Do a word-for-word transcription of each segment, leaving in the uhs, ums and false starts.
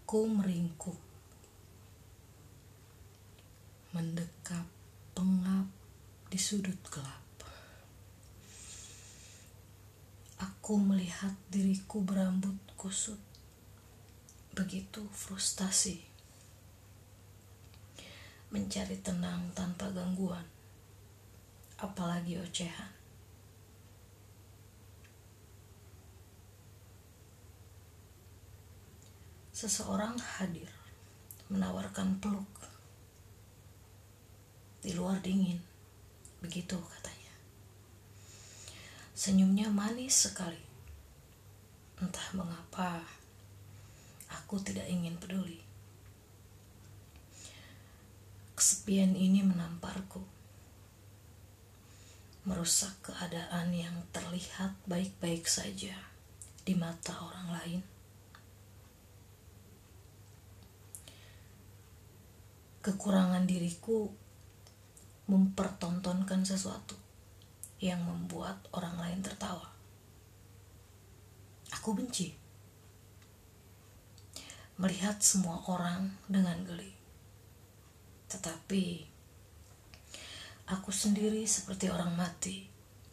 Aku meringkuk, mendekap pengap di sudut gelap. Aku melihat diriku berambut kusut, begitu frustasi, mencari tenang tanpa gangguan, apalagi ocehan. Seseorang hadir, menawarkan peluk. Di luar dingin, begitu katanya. Senyumnya manis sekali. Entah mengapa, aku tidak ingin peduli. Kesepian ini menamparku, merusak keadaan yang terlihat baik-baik saja di mata orang lain. Kekurangan diriku mempertontonkan sesuatu yang membuat orang lain tertawa. Aku benci melihat semua orang dengan geli. Tetapi aku sendiri seperti orang mati.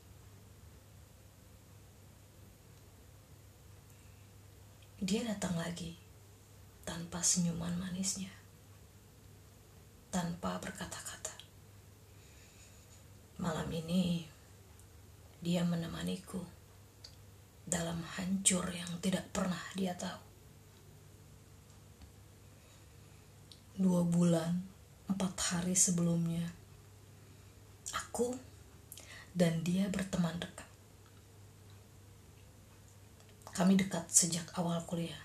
Dia datang lagi tanpa senyuman manisnya, tanpa berkata-kata. Malam ini dia menemaniku dalam hancur yang tidak pernah dia tahu. Dua bulan, empat hari sebelumnya, aku dan dia berteman dekat. Kami dekat sejak awal kuliah.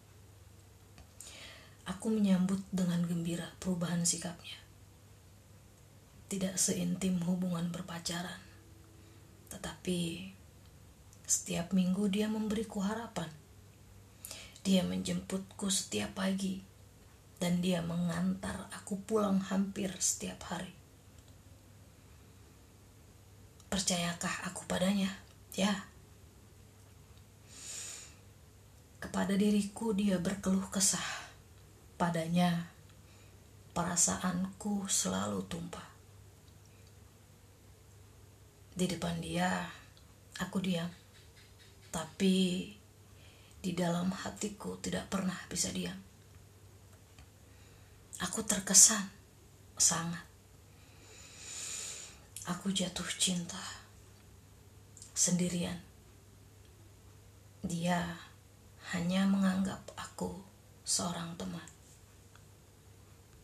Aku menyambut dengan gembira perubahan sikapnya. Tidak seintim hubungan berpacaran, tetapi setiap minggu dia memberiku harapan. Dia menjemputku setiap pagi, dan dia mengantar aku pulang hampir setiap hari. Percayakah aku padanya? Ya. Kepada diriku dia berkeluh kesah. Padanya perasaanku selalu tumpah. Di depan dia, aku diam. Tapi di dalam hatiku tidak pernah bisa diam. Aku terkesan sangat. Aku jatuh cinta sendirian. Dia hanya menganggap aku seorang teman.